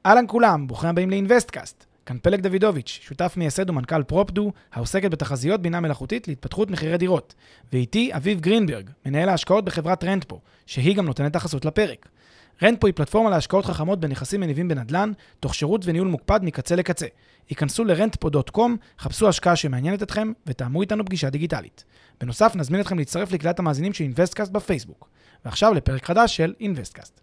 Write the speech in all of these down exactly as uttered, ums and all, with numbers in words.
אהלן כולם, ברוכים הבאים לאינבסטקאסט. כאן פלג דוידוביץ', שותף מייסד ומנכ"ל פרופדו, העוסקת בתחזיות בינה מלאכותית להתפתחות מחירי דירות. ואיתי אביב גרינברג, מנהל ההשקעות בחברת רנטפו, שהיא גם נותנת החסות לפרק. רנטפו היא פלטפורמה להשקעות חכמות בנכסים מניבים בנדל"ן, תוך שירות וניהול מוקפד מקצה לקצה. היכנסו ל-רנטפו דוט קום, חפשו השקעה שמעניינת אתכם ותאמו איתנו פגישה דיגיטלית. בנוסף, נזמין אתכם להצטרף לקהילת המאזינים של אינבסטקאסט בפייסבוק. ועכשיו לפרק חדש של אינבסטקאסט.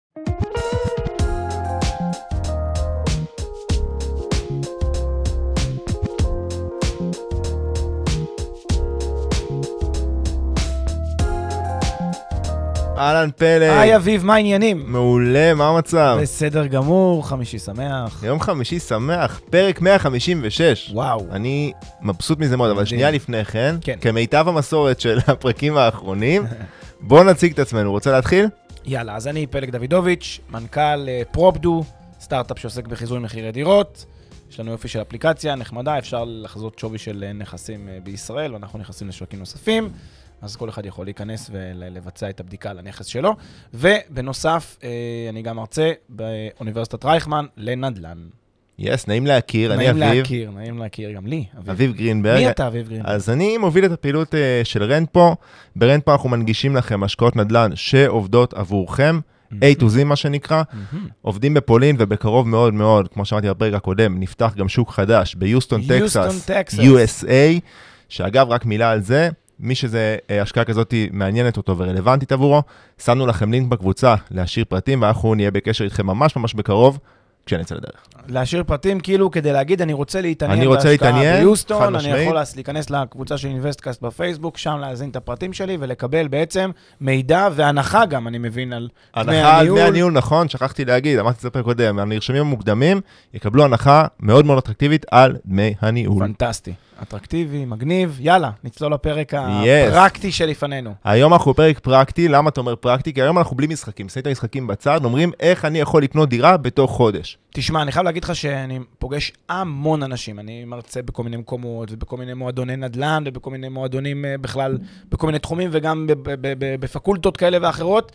אהלן פלג. היי אביב, מה העניינים? מעולה, מה המצב? בסדר גמור, חמישי שמח. יום חמישי שמח, פרק מאה חמישים ושש. וואו. אני מבסוט מזה מאוד, אבל שנייה לפני כן, כן. כמיטב המסורת של הפרקים האחרונים, בואו נציג את עצמנו. רוצה להתחיל? יאללה, אז אני פלג דוידוביץ', מנכ"ל פרופדו, סטארט-אפ שעוסק בחיזוי מחירי דירות. יש לנו יופי של אפליקציה נחמדה, אפשר לחזות שווי של נכסים בישראל, ואנחנו נכנסים לשווקים נוספים. אז כל אחד יכול להיכנס ולבצע את הבדיקה על הנכס שלו. ובנוסף, אני גם מרצה באוניברסיטת רייכמן לנדל"ן. יס, נעים להכיר, אני אביב. נעים להכיר, נעים להכיר, גם לי. אביב גרינברג. מי אתה אביב גרינברג? אז אני מוביל את הפעילות של רנטפו. ברנטפו אנחנו מנגישים לכם השקעות נדל"ן שעובדות עבורכם. A to Z מה שנקרא. עובדים בפולין ובקרוב מאוד מאוד, כמו שאמרתי בפרק הקודם, נפתח גם שוק חדש ביוסטון, טקסס, יו אס איי, שאגב רק מילה על זה. מי שזה השקעה כזאת מעניינת אותו ורלוונטית עבורו, שמנו לכם לינק בקבוצה להשאיר פרטים, ואנחנו נהיה בקשר איתכם ממש ממש בקרוב, כשנצא לדרך. להשאיר פרטים כאילו כדי להגיד, אני רוצה להתעניין אני רוצה להתעניין, ביוסטון, אני יכול להיכנס לקבוצה של אינבסטקאסט בפייסבוק, שם להזין את הפרטים שלי, ולקבל בעצם מידע והנחה גם, אני מבין, על דמי הניהול. הנחה על דמי הניהול, נכון, שכחתי להגיד, אמרתי את זה פרק קודם, הנרשמים המוקדמים יקבלו הנחה מאוד מאוד אטרקטיבית על דמי הניהול. פנטסטי. אטרקטיבי, מגניב, יאללה, נצלול לפרק הפרקטי שלפנינו. היום אנחנו בפרק פרקטי, למה אתה אומר פרקטי? כי היום אנחנו בלי משחקים, שמים את המשחקים בצד, אומרים איך אני יכול לקנות דירה בתוך חודש. תשמע, אני חייב להגיד לך שאני פוגש המון אנשים, אני מרצה בכל מיני מקומות, ובכל מיני מועדוני נדל"ן, ובכל מיני מועדונים בכלל, בכל מיני תחומים, וגם בפקולטות כאלה ואחרות,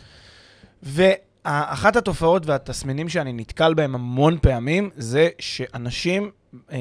ואחת התופעות והתסמינים שאני נתקל בהם המון פעמים, זה שאנשים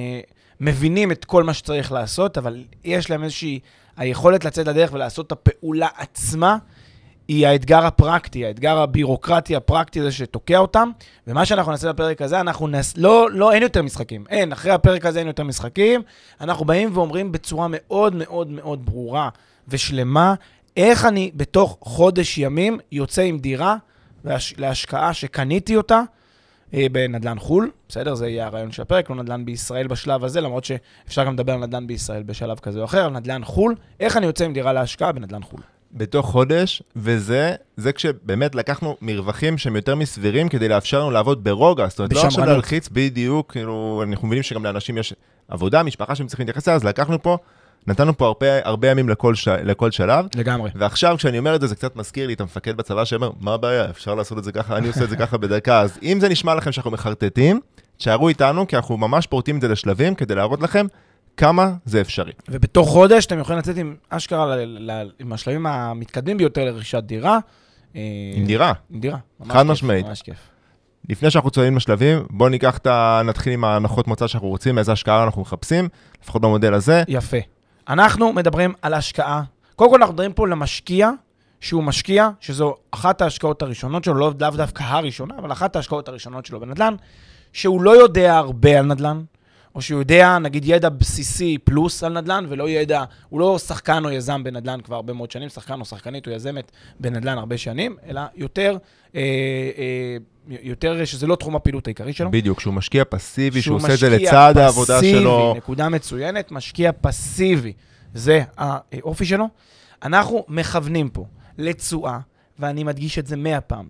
מבינים את כל מה שצריך לעשות, אבל יש להם איזושהי, היכולת לצאת לדרך ולעשות את הפעולה עצמה, היא האתגר הפרקטי, האתגר הבירוקרטי הפרקטי הזה שתוקע אותם, ומה שאנחנו נעשה בפרק הזה, אנחנו נס... לא, לא, אין יותר משחקים, אין, אחרי הפרק הזה אין יותר משחקים, אנחנו באים ואומרים בצורה מאוד מאוד מאוד ברורה ושלמה, איך אני בתוך חודש ימים יוצא עם דירה, להשקעה שקניתי אותה, בנדל"ן חול, בסדר? זה יהיה הרעיון של הפרק, לא נדל"ן בישראל בשלב הזה, למרות שאפשר גם לדבר על נדל"ן בישראל בשלב כזה או אחר, על נדל"ן חול, איך אני יוצא עם דירה להשקעה בנדל"ן חול? בתוך חודש, וזה, זה כשבאמת לקחנו מרווחים שהם יותר מסבירים, כדי לאפשר לנו לעבוד ברוגע, זאת אומרת, לא עכשיו להלחיץ בדיוק, כאילו, אנחנו מבינים שגם לאנשים יש עבודה, משפחה שהם צריכים להתייחס, אז לקחנו פה, נתנו פה הרבה, הרבה ימים לכל, ש... לכל שלב. לגמרי. ועכשיו, כשאני אומר את זה, זה קצת מזכיר לי את המפקד בצבא שאומר, מה הבעיה? אפשר לעשות את זה ככה, אני עושה את זה ככה בדקה. אז אם זה נשמע לכם שאנחנו מחרטטים, תשארו איתנו, כי אנחנו ממש פורטים את זה לשלבים, כדי להראות לכם כמה זה אפשרי. ובתוך חודש, אתם יכולים לצאת עם אשכרה, ל... ל... עם השלבים המתקדמים ביותר לרכישת דירה. עם דירה. עם דירה. חד משמעית. ממש כיף. לפני שאנחנו צועדים לשלבים, בואו ניקח את ה... נתחיל עם ההנחות מוצא שאנחנו רוצים, איזה השקעה אנחנו מחפשים, לפחות במודל הזה. יפה. אנחנו מדברים על השקעה. קודם כל אנחנו מדברים פה למשקיע, שהוא משקיע, שזו אחת ההשקעות הראשונות שלו, לא דו דווקא הראשונה, אבל אחת ההשקעות הראשונות שלו בנדל"ן, שהוא לא יודע הרבה על נדל"ן, או שהוא יודע, נגיד, ידע בסיסי פלוס על נדל"ן, ולא ידע, הוא לא שחקן או יזם בנדל"ן כבר הרבה מאוד שנים, שחקן או שחקנית או יזמת בנדל"ן הרבה שנים, אלא יותר, אה, אה, יותר שזה לא תחום הפעילות העיקרי שלו. בדיוק, שהוא משקיע פסיבי, שהוא עושה את זה לצד העבודה שלו. נקודה מצוינת, משקיע פסיבי. זה האופי שלו. אנחנו מכוונים פה לתשואה, ואני מדגיש את זה מאה פעם,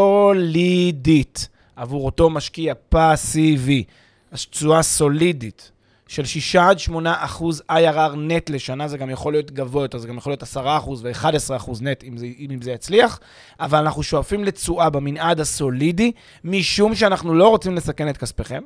סולידית, עבור אותו משקיע פסיבי. תשואה סולידית של שישה עד שמונה אחוז איי אר אר נט לשנה, זה גם יכול להיות גבוה יותר, זה גם יכול להיות עשרה אחוז ו-אחד עשר אחוז נט אם זה, אם זה יצליח, אבל אנחנו שואפים לתשואה במנעד הסולידי, משום שאנחנו לא רוצים לסכן את כספיכם,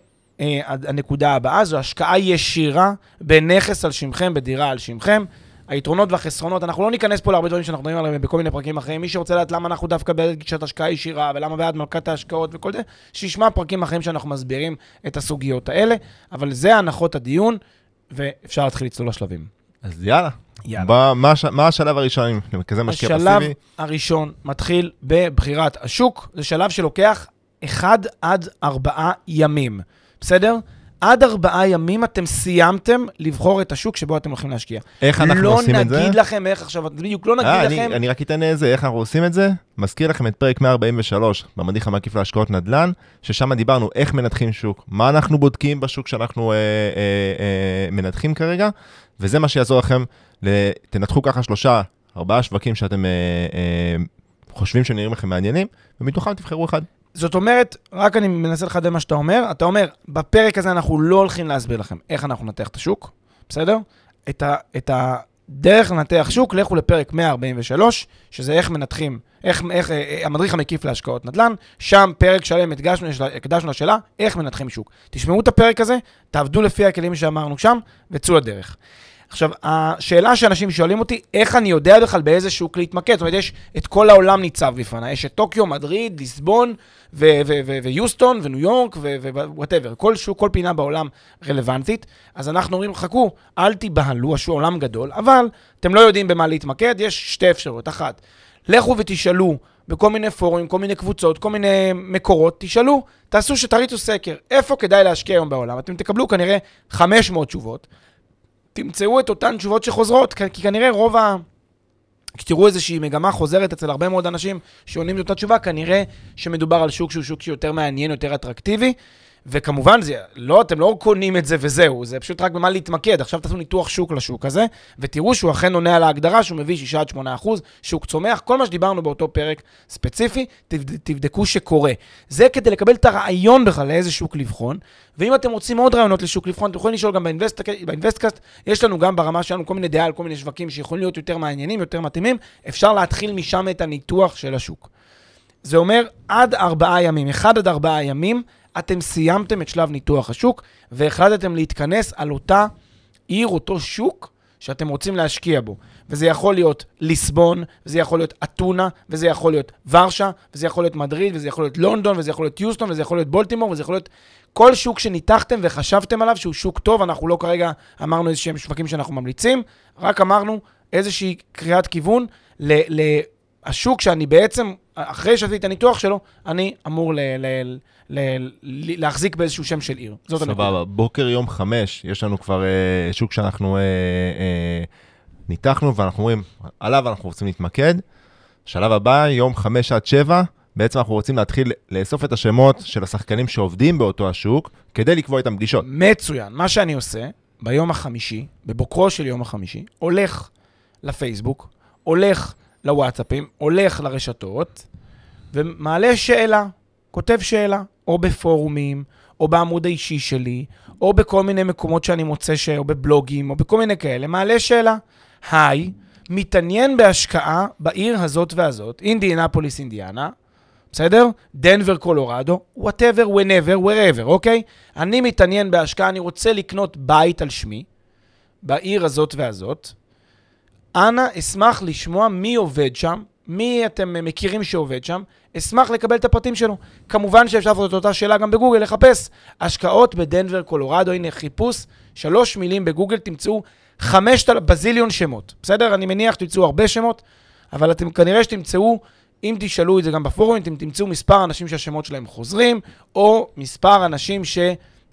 והנקודה הבאה זו השקעה ישירה בנכס על שמכם, בדירה על שמכם, היתרונות והחסרונות, אנחנו לא ניכנס פה להרבה דברים שאנחנו מדברים עליהם בכל מיני פרקים אחרים, מי שרוצה לדעת למה אנחנו דווקא בעד גישת השקעה ישירה, ולמה בעד מלכת ההשקעות וכל זה, שישמע פרקים אחרים שאנחנו מסבירים את הסוגיות האלה, אבל זה הנחות הדיון, ואפשר להתחיל לצלול לשלבים. אז יאללה. יאללה. בא, מה, מה השלב הראשון, כזה משקיע פסיבי? השלב הראשון מתחיל בבחירת השוק, זה שלב שלוקח אחד עד ארבעה ימים, בסדר? עד ארבעה ימים אתם סיימתם לבחור את השוק שבו אתם הולכים להשקיע. איך אנחנו לא עושים את זה? לא נגיד לכם איך עכשיו, בדיוק לא נגיד אה, לכם. אני, אני רק אתן איזה, איך אנחנו עושים את זה? מזכיר לכם את פרק מאה ארבעים ושלוש, במדיח המקיף להשקעות נדל"ן, ששם דיברנו איך מנתחים שוק, מה אנחנו בודקים בשוק שאנחנו אה, אה, אה, מנתחים כרגע, וזה מה שיעזור לכם, תנתחו ככה שלושה, ארבעה שווקים שאתם אה, אה, חושבים שנראים לכם מעניינים, ומתוכם תבחרו אחד. זאת אומרת, רק אני מנסה לחדד מה שאתה אומר, אתה אומר, בפרק הזה אנחנו לא הולכים להסביר לכם איך אנחנו נתח את השוק, בסדר? את, ה, את הדרך לנתח שוק, לכו לפרק מאה ארבעים ושלוש, שזה איך מנתחים, איך, איך, המדריך המקיף להשקעות נדל"ן, שם פרק שלם הקדשנו, הקדשנו לשאלה, איך מנתחים שוק. תשמעו את הפרק הזה, תעבדו לפי הכלים שאמרנו שם, וצאו לדרך. עכשיו, השאלה שאנשים שואלים אותי, איך אני יודע בכלל באיזה שוק להתמקד? זאת אומרת, יש את כל העולם ניצב בפני, יש את טוקיו, מדריד, ליסבון, ויוסטון, וניו יורק, ווואטאבר. כל שוק, כל פינה בעולם רלוונטית. אז אנחנו אומרים, חכו, אל תיבהלו, השוק עולם גדול, אבל אתם לא יודעים במה להתמקד, יש שתי אפשרויות. אחת, לכו ותשאלו בכל מיני פורומים, כל מיני קבוצות, כל מיני מקורות, תשאלו, תעשו שתריצו סקר, איפה כדאי להשקיע היום בעולם? אתם תקבלו כנראה חמש מאות תשובות. תמצאו את אותן תשובות שחוזרות, כי כנראה רוב ה... כשתראו איזושהי מגמה חוזרת אצל הרבה מאוד אנשים שעונים את אותה תשובה, כנראה שמדובר על שוק שהוא שוק שיותר מעניין, יותר אטרקטיבי, וכמובן, זה, לא, אתם לא קונים את זה וזהו, זה פשוט רק במה להתמקד. עכשיו תעשו ניתוח שוק לשוק הזה, ותראו שהוא אכן עונה על ההגדרה, שהוא מביא שישה עד שמונה אחוז, שוק צומח, כל מה שדיברנו באותו פרק ספציפי, תבדקו שקורה. זה כדי לקבל את הרעיון בכלל לאיזה שוק לבחון, ואם אתם רוצים עוד רעיונות לשוק לבחון, אתם יכולים לשאול גם באינבסטקאסט, יש לנו גם ברמה שלנו כל מיני דעה על כל מיני שווקים שיכולים להיות יותר מעניינים, יותר מתאימים, אפשר להתחיל משם את הניתוח של השוק. זה אומר עד ארבעה ימים, אחד עד ארבעה ימים, אתם סיימתם את שלב ניתוח השוק, והחלטתם להתכנס על אותה עיר, אותו שוק, שאתם רוצים להשקיע בו. וזה יכול להיות ליסבון, וזה יכול להיות אתונה, וזה יכול להיות ורשה, וזה יכול להיות מדריד, וזה יכול להיות לונדון, וזה יכול להיות יוסטון, וזה יכול להיות בולטימור, וזה יכול להיות כל שוק שניתחתם וחשבתם עליו שהוא שוק טוב. אנחנו לא כרגע אמרנו איזשהם שווקים שאנחנו ממליצים, רק אמרנו איזושהי קריאת כיוון לשוק שאני בעצם, אחרי שעשיתי את הניתוח שלו, אני אמור ל... ל להחזיק באיזשהו שם של עיר. זאת הנקודה. סבבה, בוקר יום חמש, יש לנו כבר אה, שוק שאנחנו אה, אה, ניתחנו, ואנחנו אומרים, עליו אנחנו רוצים להתמקד. שלב הבא, יום חמש עד שבע, בעצם אנחנו רוצים להתחיל לאסוף את השמות של השחקנים שעובדים באותו השוק, כדי לקבוע איתם פגישות. מצוין. מה שאני עושה, ביום החמישי, בבוקרו של יום החמישי, הולך לפייסבוק, הולך לוואטסאפים, הולך לרשתות, ומעלה שאלה. כותב שאלה, או בפורומים, או בעמוד האישי שלי, או בכל מיני מקומות שאני מוצא, ש... או בבלוגים, או בכל מיני כאלה, מעלה שאלה, היי, מתעניין בהשקעה בעיר הזאת והזאת, אינדיאנפוליס, אינדיאנה, בסדר? דנבר, קולורדו, whatever, whenever, wherever, אוקיי? אני מתעניין בהשקעה, אני רוצה לקנות בית על שמי, בעיר הזאת והזאת, אנא, אשמח לשמוע מי עובד שם, מי אתם מכירים שעובד שם, אשמח לקבל את הפרטים שלו. כמובן שאפשר לעשות את אותה שאלה גם בגוגל, לחפש השקעות בדנבר, קולורדו, הנה חיפוש, שלוש מילים בגוגל, תמצאו חמשת בזיליון שמות. בסדר? אני מניח שתמצאו הרבה שמות, אבל אתם כנראה שתמצאו, אם תשאלו את זה גם בפורום, אתם תמצאו מספר אנשים שהשמות שלהם חוזרים, או מספר אנשים ש...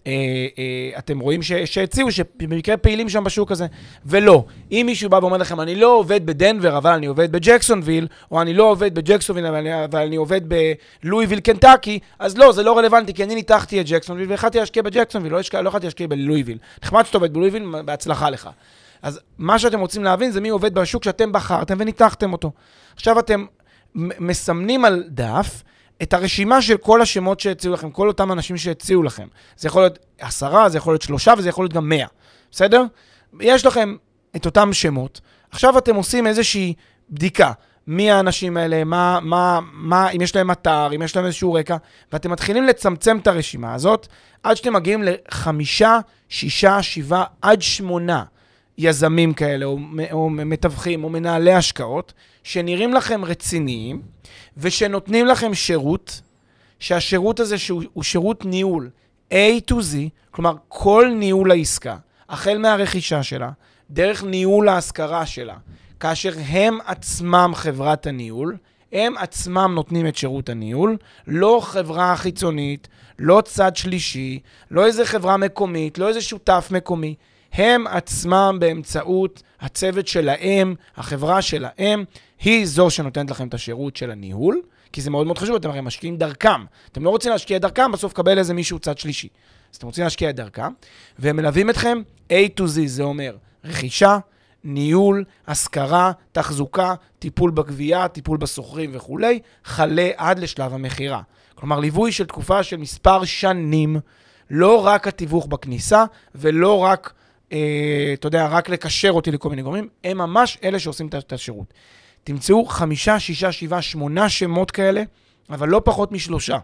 אתם רואים שהציעו, שבמקרה פעילים שם בשוק הזה. ולא, אם מישהו בא ואומר לכם, אני לא עובד בדנבר, אבל אני עובד בג'קסונוויל, או אני לא עובד בג'קסונוויל, אבל אני עובד בלואיוויל, קנטקי, אז לא, זה לא רלוונטי, כי אני ניתחתי את ג'קסונוויל, והחלטתי להשקיע בג'קסונוויל, לא החלטתי להשקיע בלואיוויל. נחמד שאתה עובד בלואיוויל, בהצלחה לך. אז מה שאתם רוצים להבין, זה מי עובד בשוק שאתם בחרתם וניתחתם אותו. עכשיו אתם מסמנים על דף, את הרשימה של כל השמות שהציעו לכם, כל אותם אנשים שהציעו לכם. זה יכול להיות עשרה, זה יכול להיות שלושה, וזה יכול להיות גם מאה. בסדר? יש לכם את אותם שמות. עכשיו אתם עושים איזושהי בדיקה. מי האנשים האלה, מה, מה, מה, אם יש להם אתר, אם יש להם איזשהו רקע, ואתם מתחילים לצמצם את הרשימה הזאת, עד שאתם מגיעים לחמישה, שישה, שבעה, עד שמונה יזמים כאלה, או, או מתווכים, או מנהלי השקעות, שנראים לכם רציניים, ושנותנים לכם שירות, שהשירות הזה שהוא, הוא שירות ניהול A to Z, כלומר, כל ניהול העסקה, החל מהרכישה שלה, דרך ניהול ההשכרה שלה, כאשר הם עצמם חברת הניהול, הם עצמם נותנים את שירות הניהול, לא חברה חיצונית, לא צד שלישי, לא איזה חברה מקומית, לא איזה שותף מקומי, הם עצמם באמצעות הצוות שלהם, החברה שלהם, היא זו שנותנת לכם את השירות של הניהול, כי זה מאוד מאוד חשוב, אתם הרי משקיעים דרכם. אתם לא רוצים להשקיע דרכם, בסוף קבל איזה מישהו צד שלישי. אז אתם רוצים להשקיע דרכם, והם מלווים אתכם A to Z, זה אומר רכישה, ניהול, השכרה, תחזוקה, טיפול בגבייה, טיפול בסוחרים וכו', חלה עד לשלב המחירה. כלומר, ליווי של תקופה של מספר שנים, לא רק התיווך בכניסה, ולא רק, אה, אתה יודע, רק לקשר אותי לכל מיני גורמים, הם ממש אלה שעושים את השירות. תמצאו חמישה, שישה, שבעה, שמונה שמות כאלה, אבל לא פחות משלושה.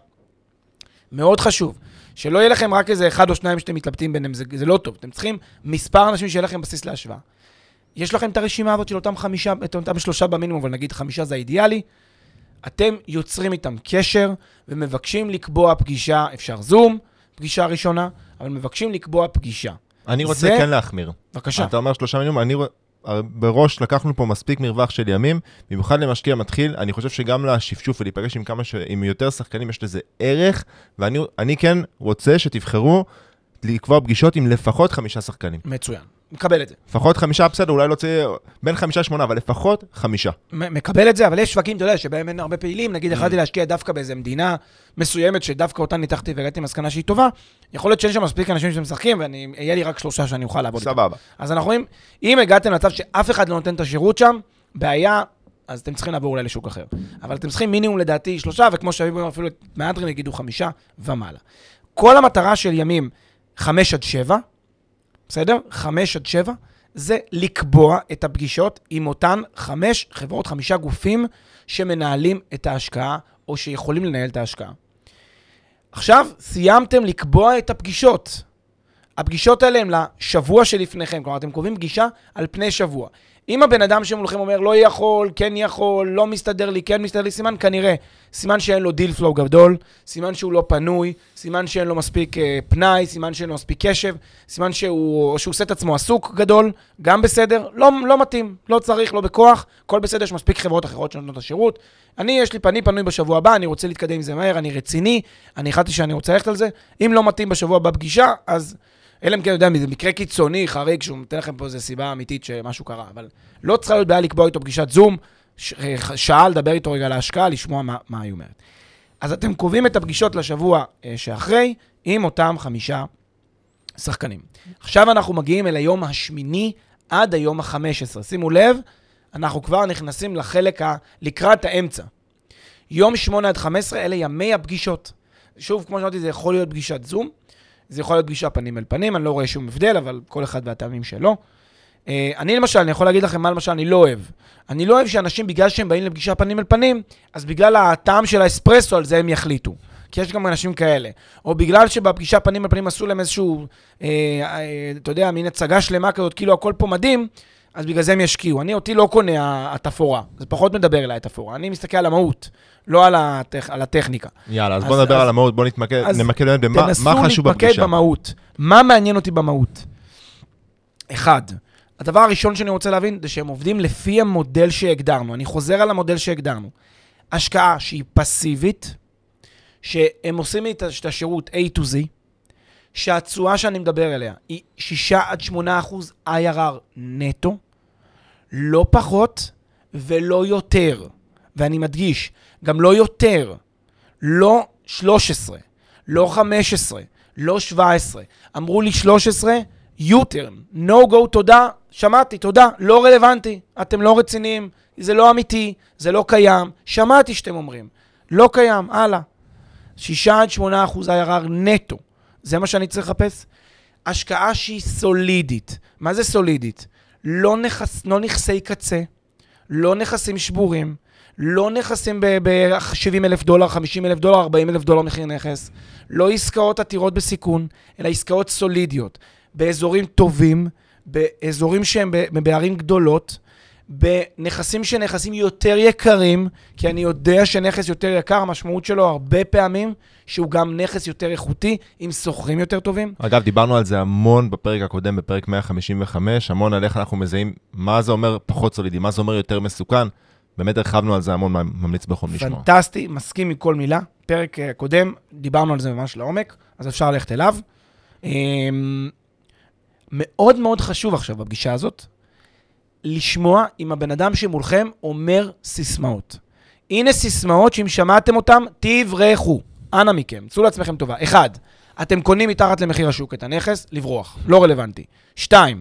מאוד חשוב, שלא יהיה לכם רק איזה אחד או שניים שאתם מתלבטים ביניהם, זה, זה לא טוב. אתם צריכים מספר אנשים שיהיה לכם בסיס להשוואה. יש לכם את הרשימה הזאת של אותם חמישה, אותם שלושה במינימום, אבל נגיד חמישה זה האידיאלי. אתם יוצרים איתם קשר ומבקשים לקבוע פגישה, אפשר זום, פגישה ראשונה, אבל מבקשים לקבוע פגישה. אני רוצה זה... כן להחמיר. בבקשה. אתה אומר שלושה מינימום, אני בראש לקחנו פה מספיק מרווח של ימים, במיוחד למשקיע מתחיל, אני חושב שגם לשפשוף ולהיפגש עם כמה ש... עם יותר שחקנים יש לזה ערך, ואני אני כן רוצה שתבחרו לקבוע פגישות עם לפחות חמישה שחקנים. מצוין. מקבל את זה. לפחות חמישה, בסדר, אולי לא צריך בין חמישה שמונה, אבל לפחות חמישה. מקבל את זה, אבל יש שווקים, אתה יודע, שבהם אין הרבה פעילים, נגיד, יכלתי להשקיע דווקא באיזו מדינה מסוימת, שדווקא אותה ניתחתי והגעתי מסקנה שהיא טובה, יכול להיות שאין שם מספיק אנשים שמשחקים, ואני, יהיה לי רק שלושה שאני אוכל לעבוד. סבבה. אז אנחנו רואים, אם הגעתם למצב שאף אחד לא נותן את השירות שם, בעיה, אז אתם צריכים לעבור אולי לשוק אחר. אבל אתם צריכים מינימום לדעתי שלושה, וכמו שאביב אפילו מהדרים יגידו חמישה ומעלה. כל המטרה של ימים חמש עד שבע, בסדר? חמש עד שבע, זה לקבוע את הפגישות עם אותן חמש חברות, חמישה גופים שמנהלים את ההשקעה, או שיכולים לנהל את ההשקעה. עכשיו, סיימתם לקבוע את הפגישות. הפגישות האלה הן לשבוע שלפניכם, כלומר, אתם קובעים פגישה על פני שבוע. אם הבן אדם שמולכם אומר, לא יכול, כן יכול, לא מסתדר לי, כן מסתדר לי, סימן כנראה, סימן שאין לו דיל פלואו גדול, סימן שהוא לא פנוי, סימן שאין לו מספיק אה, פנאי, סימן שאין לו מספיק קשב, סימן שהוא, שהוא עושה את עצמו עסוק גדול, גם בסדר, לא, לא מתאים, לא צריך, לא בכוח, כל בסדר, יש מספיק חברות אחרות שנותנות את השירות. אני, יש לי פני פנוי בשבוע הבא, אני רוצה להתקדם עם זה מהר, אני רציני, אני החלטתי שאני רוצה ללכת על זה. אם לא מתאים בשבוע הבא פגישה, אז אלא אם כן, יודע, זה מקרה קיצוני, חריג, שהוא נותן לכם פה איזו סיבה אמיתית שמשהו קרה, אבל לא צריכה להיות בעיה לקבוע איתו פגישת זום, ש... שעה לדבר איתו רגע להשקעה, לשמוע מה, מה היא אומרת. אז אתם קובעים את הפגישות לשבוע שאחרי, עם אותם חמישה שחקנים. עכשיו אנחנו מגיעים אל היום השמיני עד היום החמש עשרה. שימו לב, אנחנו כבר נכנסים לחלק ה... לקראת האמצע. יום שמונה עד חמש עשרה, אלה ימי הפגישות. שוב, כמו שאמרתי, זה יכול להיות פגישת זום, זה יכול להיות פגישה פנים אל פנים, אני לא רואה שום הבדל, אבל כל אחד והטעמים שלו. אני למשל, אני יכול להגיד לכם מה למשל אני לא אוהב. אני לא אוהב שאנשים, בגלל שהם באים לפגישה פנים אל פנים, אז בגלל הטעם של האספרסו, על זה הם יחליטו. כי יש גם אנשים כאלה. או בגלל שבפגישה פנים אל פנים עשו להם איזשהו, אה, אה, אתה יודע, מין הצגה שלמה כזאת, כאילו הכל פה מדהים, אז בגלל זה הם ישקיעו. אני, אותי לא קונה התפורה. זה פחות מדבר אליי התפורה. אני מסתכל על המהות, לא על, הטכ... על הטכניקה. יאללה, אז, אז בוא נדבר אז, על המהות, בוא נתמקד, אז נמקד באמת במה מה חשוב בפגישה. תנסו להתמקד במהות. מה מעניין אותי במהות? אחד, הדבר הראשון שאני רוצה להבין, זה שהם עובדים לפי המודל שהגדרנו. אני חוזר על המודל שהגדרנו. השקעה שהיא פסיבית, שהם עושים את השירות A to Z, שהתשואה שאני מדבר עליה היא שישה עד שמונה אחוז איי אר אר נטו, לא פחות ולא יותר. ואני מדגיש, גם לא יותר, לא שלוש עשרה, לא חמש עשרה, לא שבע עשרה. אמרו לי שלוש עשרה, U-turn, no go, תודה, שמעתי, תודה, לא רלוונטי, אתם לא רציניים, זה לא אמיתי, זה לא קיים, שמעתי שאתם אומרים, לא קיים, הלאה. שישה עד שמונה אחוז איי אר אר נטו, זה מה שאני צריך לחפש. השקעה שהיא סולידית. מה זה סולידית? לא, נכס, לא נכסי קצה, לא נכסים שבורים, לא נכסים ב-שבעים אלף דולר, חמישים אלף דולר, ארבעים אלף דולר מחיר נכס, לא עסקאות עתירות בסיכון, אלא עסקאות סולידיות, באזורים טובים, באזורים שהם בערים גדולות, בנכסים שנכסים יותר יקרים, כי אני יודע שנכס יותר יקר, המשמעות שלו הרבה פעמים, שהוא גם נכס יותר איכותי, עם סוחרים יותר טובים. אגב, דיברנו על זה המון בפרק הקודם, בפרק מאה חמישים וחמש, המון על איך אנחנו מזהים מה זה אומר פחות סולידי, מה זה אומר יותר מסוכן, באמת הרחבנו על זה המון, ממליץ בחום לשמוע. פנטסטי, מסכים מכל מילה. פרק קודם, דיברנו על זה ממש לעומק, אז אפשר ללכת אליו. מאוד מאוד חשוב עכשיו בפגישה הזאת, לשמוע אם הבן אדם שמולכם אומר סיסמאות. הנה סיסמאות שאם שמעתם אותם, תברחו. אנא מכם, צאו לעצמכם טובה. אחד, אתם קונים מתחת למחיר השוק את הנכס, לברוח, לא רלוונטי. שתיים,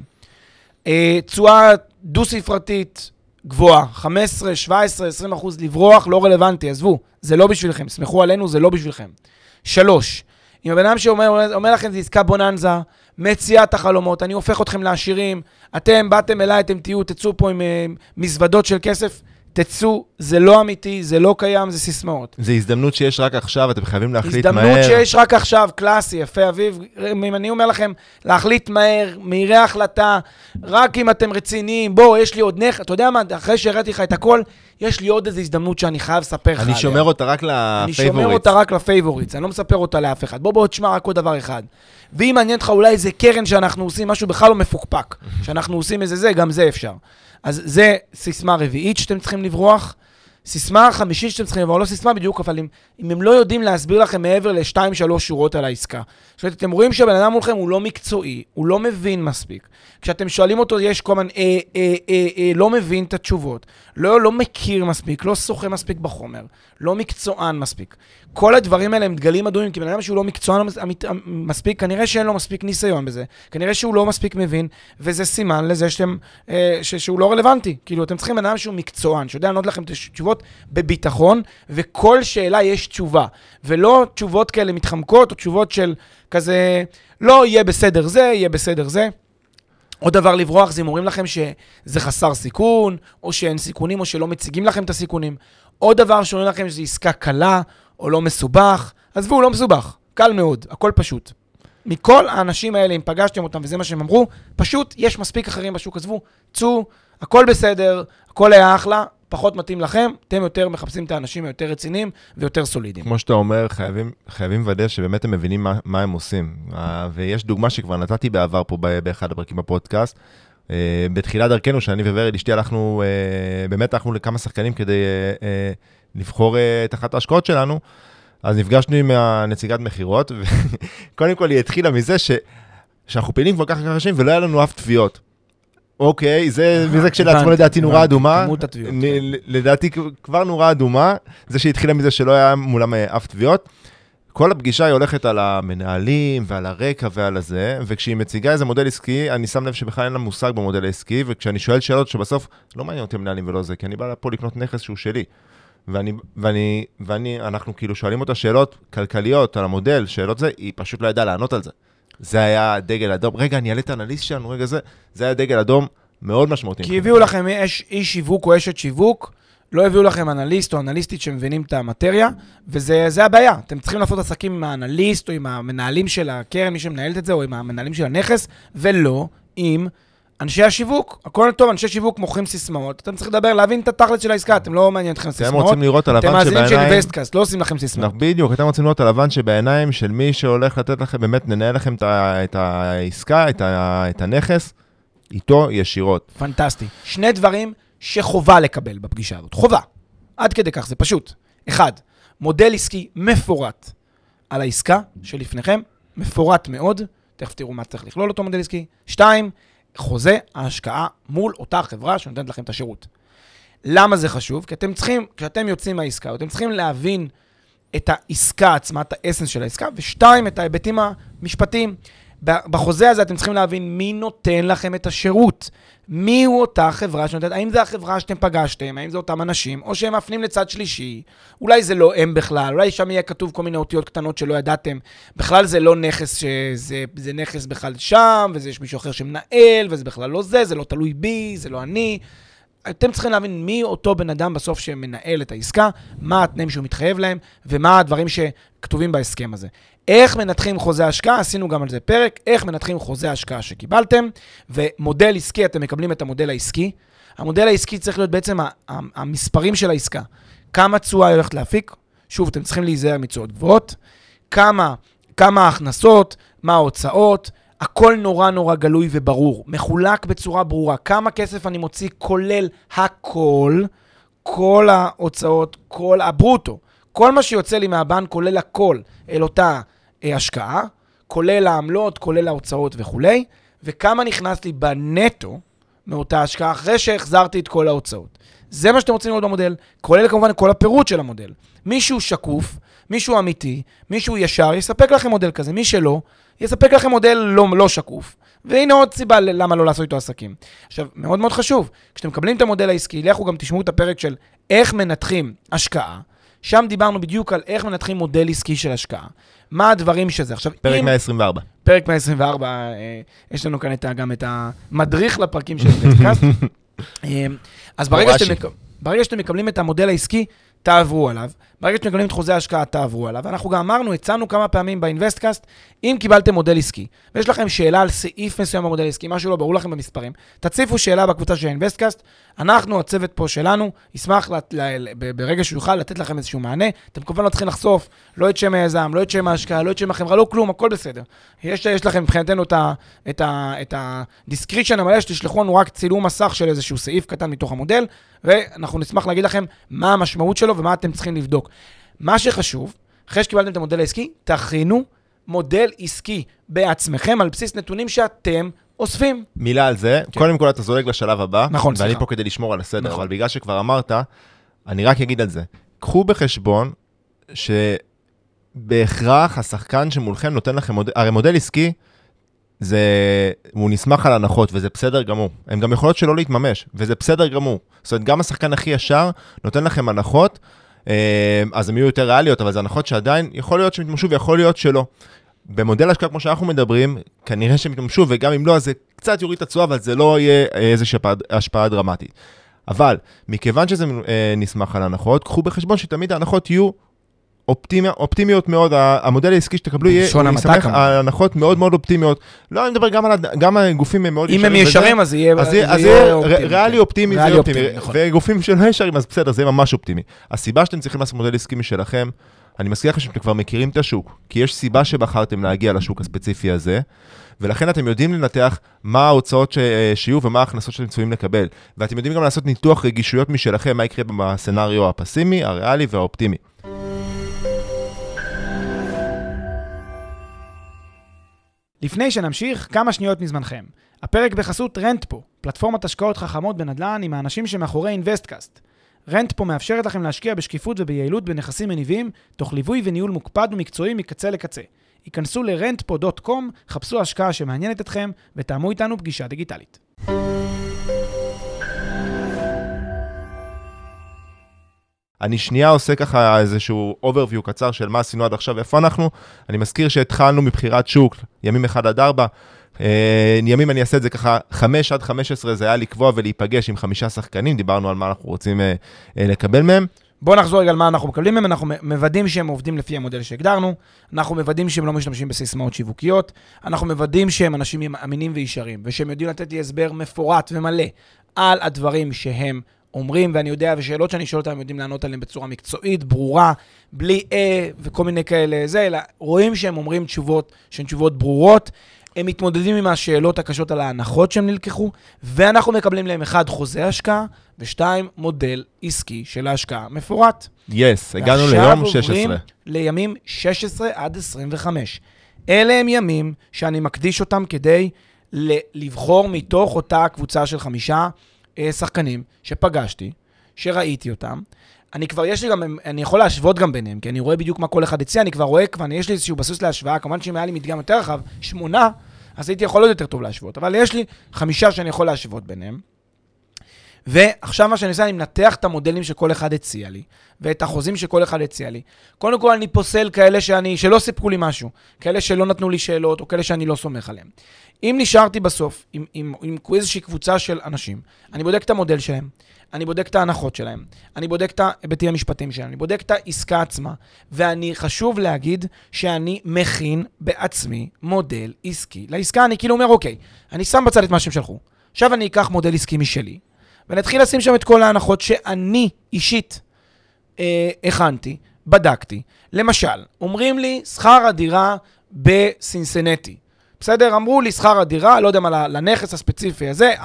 תשואה דו-ספרתית גבוהה, חמש עשרה, שבע עשרה, עשרים אחוז לברוח, לא רלוונטי, עזבו, זה לא בשבילכם, סמכו עלינו, זה לא בשבילכם. שלוש, אם הבן אדם שאומר אומר לכם, זה עסקה בוננזה, מציאת החלומות, אני הופך אתכם לעשירים, אתם באתם אליי, אתם תהיו, תצאו פה עם uh, מזוודות של כסף, תצאו, זה לא אמיתי, זה לא קיים, זה סיסמאות. זה הזדמנות שיש רק עכשיו, אתם חייבים להחליט מהר. הזדמנות שיש רק עכשיו, קלאסי, יפה אביב, אם אני אומר לכם, להחליט מהר, מהירי החלטה, רק אם אתם רציניים, בוא, יש לי עוד נכס, אתה יודע מה, אחרי שהראיתי לך את הכל, יש לי עוד איזו הזדמנות שאני חייב לספר לך עליה. אני שומר אותה רק לפייבוריטס. אני שומר אותה רק לפייבוריטס, אני לא מספר אותה לאף אחד. בוא בוא תשמע רק עוד דבר אחד. ואם מעניין לך אולי איזה קרן שאנחנו עושים, משהו בכלל לא מפוקפק, שאנחנו עושים איזה זה, גם זה אפשר. אז זה סיסמה רביעית שאתם צריכים לברוח, סיסמה חמישית שאתם צריכים לברוח, לא סיסמה בדיוק, אבל אם, אם הם לא יודעים להסביר לכם מעבר לשתיים, שלוש שורות על העסקה. זאת אומרת, אתם רואים שהבן אדם מולכם הוא לא מקצועי, הוא לא מבין מספיק. כשאתם שואלים אותו, יש כל מיני, אה, אה, אה, אה, לא מבין את התשובות, לא, לא מכיר מספיק, לא שוחה מספיק בחומר, לא מקצוען מספיק. כל הדברים האלה הם דגלים אדומים, כי בן אדם שהוא לא מקצוען מספיק, כנראה שאין לו מספיק ניסיון בזה, כנראה שהוא לא מספיק מבין, וזה סימן לזה שאתם, אה, שהוא לא רלוונטי. כאילו, אתם צריכים בן אדם שהוא מקצוען, שיודע לענות לכם את התשובות בביטחון, וכל שאלה יש תשובה, ולא תשובות כאלה מתחמקות, או תשובות של כזה, לא יהיה בסדר זה, יהיה בסדר זה. עוד דבר לברוח, זה אם אומרים לכם שזה חסר סיכון, או שאין סיכונים, או שלא מציגים לכם את הסיכונים. עוד דבר שאומרים לכם שזה עסקה קלה, או לא מסובך. עזבו, לא מסובך. קל מאוד, הכל פשוט. מכל האנשים האלה, אם פגשתם אותם, וזה מה שהם אמרו, פשוט יש מספיק אחרים בשוק. עזבו, צאו, הכל בסדר, הכל היה אחלה, פחות מתאים לכם, אתם יותר מחפשים את האנשים היותר רציניים ויותר סולידיים. כמו שאתה אומר, חייבים, חייבים לוודא שבאמת הם מבינים מה, מה הם עושים. ויש דוגמה שכבר נתתי בעבר פה באחד הפרקים בפודקאסט. בתחילת דרכנו, שאני וורד אשתי הלכנו, באמת הלכנו לכמה שחקנים כדי לבחור את אחת ההשקעות שלנו, אז נפגשנו עם הנציגת מחירות, וקודם כל היא התחילה מזה ש... שאנחנו פעילים כבר ככה ככה שנים, ולא היה לנו אף תביעות. אוקיי, זה, וזה כשלעצמו לדעתי נורה אדומה, לדעתי כבר נורה אדומה, זה שהתחילה מזה שלא היה מולם אף תביעות, כל הפגישה היא הולכת על המנהלים ועל הרקע ועל הזה, וכשהיא מציגה איזה מודל עסקי, אני שם לב שבכלל אין לה מושג במודל העסקי, וכשאני שואל שאלות שבסוף לא מעניין אותי מנהלים ולא זה, כי אני בא פה לקנות נכס שהוא שלי, ואני, ואני, ואני, אנחנו כאילו שואלים אותה שאלות כלכליות על המודל, שאלות זה, היא פשוט לא ידעה לענות על זה. זה היה דגל אדום. רגע, אני אעלה את האנליסט שלנו, רגע זה, זה היה דגל אדום מאוד משמעותי. כי הביאו לכם איש שיווק או אשת שיווק, לא הביאו לכם אנליסט או אנליסטית שמבינים את המטריה, וזה הבעיה. אתם צריכים לעשות עסקים עם האנליסט או עם המנהלים של הקרן, מי שמנהלת את זה, או עם המנהלים של הנכס, ולא עם אנשי השיווק. הכל טוב, אנשי שיווק מוכרים סיסמאות. אתם צריכים לדבר, להבין את התכלת של העסקה, אתם לא מעניין אתכם סיסמאות. אתם רוצים לראות על לבן שבעיניים... אתם מאזינים של וסטקאסט, לא עושים לכם סיסמאות. בדיוק, אתם רוצים לראות על לבן שבעיניים של מי שהולך לתת לכם, באמת ננהל לכם את העסקה, את הנכס, איתו ישירות. פנטסטי. שני דברים שחובה לקבל בפגישה הזאת. חובה. עד כדי כך, זה פשוט. אחד, מודל עסקי מפורט על העסקה שלפניכם, מפורט מאוד, תכף תראו מה צריך לכלול אותו מודל עסקי. שתיים, חוזה ההשקעה מול אותה חברה שנותנת לכם את השירות. למה זה חשוב? כי אתם צריכים, כשאתם יוצאים מהעסקה, אתם צריכים להבין את העסקה עצמה, את האסנס של העסקה, ושתיים, את ההיבטים המשפטיים. בחוזה הזה אתם צריכים להבין מי נותן לכם את השירות. מי הוא אותה חברה שנותנת, האם זה החברה שאתם פגשתם, האם זה אותם אנשים, או שהם מפנים לצד שלישי, אולי זה לא הם בכלל, אולי שם יהיה כתוב כל מיני אותיות קטנות שלא ידעתם, בכלל זה לא נכס שזה זה נכס בכלל שם, וזה יש מישהו אחר שמנהל, וזה בכלל לא זה, זה לא תלוי בי, זה לא אני. אתם צריכים להבין מי אותו בן אדם בסוף שמנהל את העסקה, מה התנאים שהוא מתחייב להם, ומה הדברים שכתובים בהסכם הזה. איך מנתחים חוזה השקעה, עשינו גם על זה פרק, איך מנתחים חוזה השקעה שקיבלתם, ומודל עסקי, אתם מקבלים את המודל העסקי. המודל העסקי צריך להיות בעצם המספרים של העסקה. כמה תשואה היא הולכת להפיק, שוב, אתם צריכים להיזהר מתשואות גבוהות, כמה, כמה ההכנסות, מה ההוצאות, הכל נורא נורא גלוי וברור, מחולק בצורה ברורה, כמה כסף אני מוציא, כולל הכל, כל ההוצאות, כל הברוטו, כל מה שיוצא לי מהבנק, כולל הכל, אל אותה אה, השקעה, כולל העמלות, כולל ההוצאות וכו', וכמה נכנס לי בנטו מאותה השקעה, אחרי שהחזרתי את כל ההוצאות. זה מה שאתם רוצים לראות במודל, כולל כמובן כל הפירוט של המודל. מישהו שקוף, מישהו אמיתי, מישהו ישר, יספק לכם מודל כזה, מי שלא, יספק לכם מודל לא, לא שקוף. והנה עוד סיבה למה לא לעשות איתו עסקים. עכשיו, מאוד מאוד חשוב, כשאתם מקבלים את המודל העסקי, לכו גם תשמעו את הפרק של איך מנתחים השקעה, שם דיברנו בדיוק על איך מנתחים מודל עסקי של השקעה. מה הדברים שזה? עכשיו, פרק אם... מאה עשרים וארבע. פרק מאה עשרים וארבע, אה, יש לנו כאן את, גם את המדריך לפרקים של פודקאסט. אה, אז ברגע שאתם, מק... ברגע שאתם מקבלים את המודל העסקי, תעברו עליו. ברגע שאתם מקבלים את חוזה ההשקעה, תעברו עליו. אנחנו גם אמרנו, הצענו כמה פעמים באינבסטקאסט, אם קיבלתם מודל עסקי, ויש לכם שאלה על סעיף מסוים במודל עסקי, משהו לא ברור לכם במספרים, תציפו שאלה בקבוצה של האינבסטקאסט, אנחנו, הצוות פה שלנו, ישמח לת... ל... ברגע שהוא יוכל לתת לכם איזשהו מענה, אתם כמובן לא צריכים לחשוף, לא את שם היזם, לא את שם ההשקעה, לא את שם החברה, לא כלום, הכל בסדר. יש, יש לכם מבחינתנו את ה... את ה... את הדיסקריפשן המלא, שתשלחו לנו רק צילום מסך של איזשהו סעיף קטן מתוך המודל, ואנחנו נשמח להגיד לכם מה המשמעות שלו ומה אתם צריכים לבדוק. מה שחשוב, אחרי שקיבלתם את המודל העסקי, תכינו מודל עסקי בעצמכם על בסיס נתונים שאתם אוספים. מילה על זה, כן. קודם כל אתה זולג לשלב הבא, נכון, ואני סליחה. פה כדי לשמור על הסדר, נכון. אבל בגלל שכבר אמרת, אני רק אגיד על זה. קחו בחשבון שבהכרח השחקן שמולכם נותן לכם מודל, הרי מודל עסקי, זה, הוא נסמך על הנחות, וזה בסדר גמור. הם גם יכולות שלא להתממש, וזה בסדר גמור. זאת אומרת, גם השחקן הכי ישר נותן לכם הנחות, אז הם יהיו יותר ריאליות, אבל זה הנחות שעדיין יכול להיות שמתמשו ויכול להיות שלא. במודל השקעה כמו שאנחנו מדברים, כנראה שהם יתמשו, וגם אם לא, אז זה קצת יוריד את התשואה, אבל זה לא יהיה איזושהי השפעה דרמטית. אבל מכיוון שזה נסמך על הנחות, קחו בחשבון שתמיד ההנחות יהיו אופטימי, אופטימיות מאוד, המודל העסקי שתקבלו יהיה נסמך על הנחות מאוד מאוד אופטימיות. לא, אני מדבר גם על, גם על גופים מאוד ישרים. אם הם ישרים, אז יהיה ריאלי אופטימי, זה אופטימי. וגופים שלא ישרים, אז בסדר, זה יהיה ממש אופטימי. הסיבה שאתם צריכים לעשות מודל עסקי משלכם, אני מזכיר לכם שאתם כבר מכירים את השוק, כי יש סיבה שבחרתם להגיע לשוק הספציפי הזה, ולכן אתם יודעים לנתח מה ההוצאות שיהיו ומה ההכנסות שאתם צפויים לקבל. ואתם יודעים גם לעשות ניתוח רגישויות משלכם, מה יקרה בסצנריו הפסימי, הריאלי והאופטימי. לפני שנמשיך, כמה שניות מזמנכם. הפרק בחסות רנטפו, פלטפורמת השקעות חכמות בנדל"ן עם האנשים שמאחורי אינבסטקאסט. רנטפו מאפשרת לכם להשקיע בשקיפות וביעילות בנכסים מניבים, תוך ליווי וניהול מוקפד ומקצועי מקצה לקצה. היכנסו ל-רנטפו דוט קום, חפשו השקעה שמעניינת אתכם ותאמו איתנו פגישה דיגיטלית. אני שנייה עושה ככה איזשהו overview קצר של מה עשינו עד עכשיו ואיפה אנחנו. אני מזכיר שהתחלנו מבחירת שוק, ימים אחד עד ארבע. ימים אני אעשה את זה ככה, חמש עד חמש עשרה זה היה לקבוע ולהיפגש עם חמישה שחקנים, דיברנו על מה אנחנו רוצים לקבל מהם. בואו נחזור רגע על מה אנחנו מקבלים מהם, אנחנו מוודאים שהם עובדים לפי המודל שהגדרנו, אנחנו מוודאים שהם לא משתמשים בסיסמאות שיווקיות, אנחנו מוודאים שהם אנשים אמינים וישרים, ושהם יודעים לתת לי הסבר מפורט ומלא על הדברים שהם אומרים, ואני יודע, ושאלות שאני שואל אותם, הם יודעים לענות עליהם בצורה מקצועית, ברורה, בלי אה וכל מיני כאלה זה, אלא רואים שהם אומרים תשובות, שהן תשובות ברורות, הם מתמודדים עם השאלות הקשות על ההנחות שהם נלקחו, ואנחנו מקבלים להם אחד חוזה השקעה, ושתיים מודל עסקי של ההשקעה מפורט. יס, הגענו ליום שש עשרה. ועכשיו עוברים לימים שש עשרה עד עשרים וחמש. אלה הם ימים שאני מקדיש אותם כדי לבחור מתוך אותה קבוצה של חמישה שחקנים שפגשתי, שראיתי אותם. אני כבר, יש לי גם, אני יכול להשוות גם ביניהם, כי אני רואה בדיוק מה כל אחד הציע, אני כבר רואה, כבר יש לי איזשהו בסיס להשוואה, כמובן שאם היה לי מדגם יותר רחב, שמונה, אז הייתי יכול עוד יותר טוב להשוות, אבל יש לי חמישה שאני יכול להשוות ביניהם, ועכשיו מה שאני עושה, אני מנתח את המודלים שכל אחד הציע לי, ואת החוזים שכל אחד הציע לי. קודם כל אני פוסל כאלה שאני, שלא סיפקו לי משהו, כאלה שלא נתנו לי שאלות, או כאלה שאני לא סומך עליהם. אם נשארתי בסוף עם, עם, עם איזושהי קבוצה של אנשים, אני בודק את המודל שלהם, אני בודק את ההנחות שלהם, אני בודק את ההיבטים המשפטיים שלהם, אני בודק את העסקה עצמה, ואני חשוב להגיד שאני מכין בעצמי מודל עסקי. לעסקה אני כאילו אומר, אוקיי, אני שם בצד את מה שהם שלחו. עכשיו אני אקח מודל עסקי משלי, ונתחיל לשים שם את כל ההנחות שאני אישית אה, הכנתי, בדקתי. למשל, אומרים לי, שכר הדירה בסינסנטי. בסדר? אמרו לי שכר הדירה, לא יודע מה, לנכס הספציפי הזה,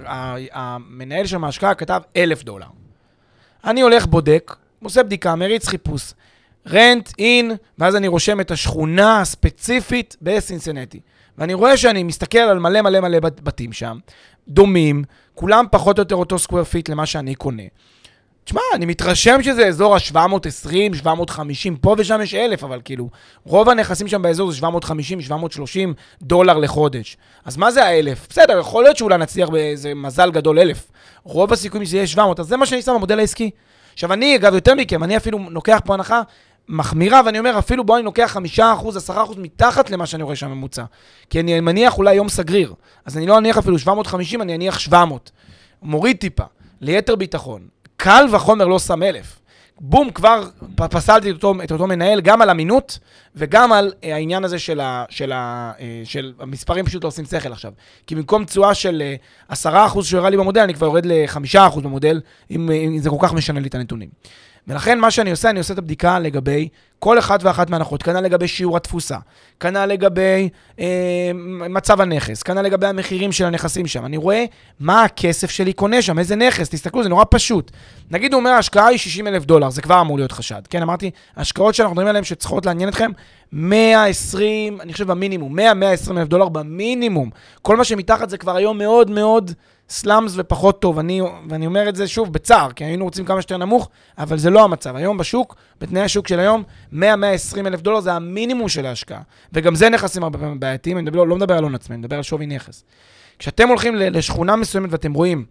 המנהל של ההשקעה כתב אלף דולר. אני הולך בודק, עושה בדיקה, מריץ חיפוש, רנט, אין, ואז אני רושם את השכונה הספציפית בסינסנטי. ואני רואה שאני מסתכל על מלא מלא מלא בתים שם, דומים, כולם פחות או יותר אותו סקוואר פיט למה שאני קונה. תשמע, אני מתרשם שזה אזור ה-שבע מאות עשרים, שבע מאות חמישים, פה ושם יש אלף, אבל כאילו, רוב הנכסים שם באזור זה שבע מאות חמישים, שבע מאות שלושים דולר לחודש. אז מה זה האלף? בסדר, יכול להיות שאולי נצליח באיזה מזל גדול אלף. רוב הסיכויים שזה יהיה שבע מאות, אז זה מה שאני שם במודל העסקי. עכשיו אני, אגב, יותר מכם, אני אפילו לוקח פה הנחה מחמירה, ואני אומר, אפילו בוא אני לוקח חמישה אחוז, עשרה אחוז מתחת למה שאני רואה שם ממוצע. כי אני מניח אולי יום סגריר. אז אני לא אניח אפילו שבע מאות וחמישים, אני אניח שבע מאות. מוריד טיפה, ליתר ביטחון. קל וחומר לא שם אלף. בום, כבר פסלתי את אותו, את אותו מנהל גם על אמינות, וגם על אה, העניין הזה של, ה, של, ה, אה, של המספרים פשוט לא עושים שכל עכשיו. כי במקום תשואה של אה, עשרה אחוז שהראה לי במודל, אני כבר יורד ל-חמישה אחוז במודל, אם, אם זה כל כך משנה לי את הנתונים. ולכן מה שאני עושה, אני עושה את הבדיקה לגבי כל אחת ואחת מהנחות, כנ"ל לגבי שיעור התפוסה, כנ"ל לגבי אה, מצב הנכס, כנ"ל לגבי המחירים של הנכסים שם. אני רואה מה הכסף שלי קונה שם, איזה נכס, תסתכלו, זה נורא פשוט. נגיד הוא אומר, ההשקעה היא שישים אלף דולר, זה כבר אמור להיות חשד. כן, אמרתי, ההשקעות שאנחנו מדברים עליהן שצריכות לעניין אתכם, מאה ועשרים, אני חושב במינימום, מאה עד מאה ועשרים אלף דולר במינימום. כל מה שמתחת זה כבר היום מאוד מאוד סלאמס ופחות טוב. אני, ואני אומר את זה שוב בצער, כי היינו רוצים כמה שיותר נמוך, אבל זה לא המצב. היום בשוק, בתנאי השוק של היום, מאה עד מאה ועשרים אלף דולר זה המינימום של ההשקעה. וגם זה נכסים הרבה פעמים בעייתיים, אני מדבר, לא מדבר על הון עצמי, אני מדבר על שווי נכס. כשאתם הולכים לשכונה מסוימת ואתם רואים,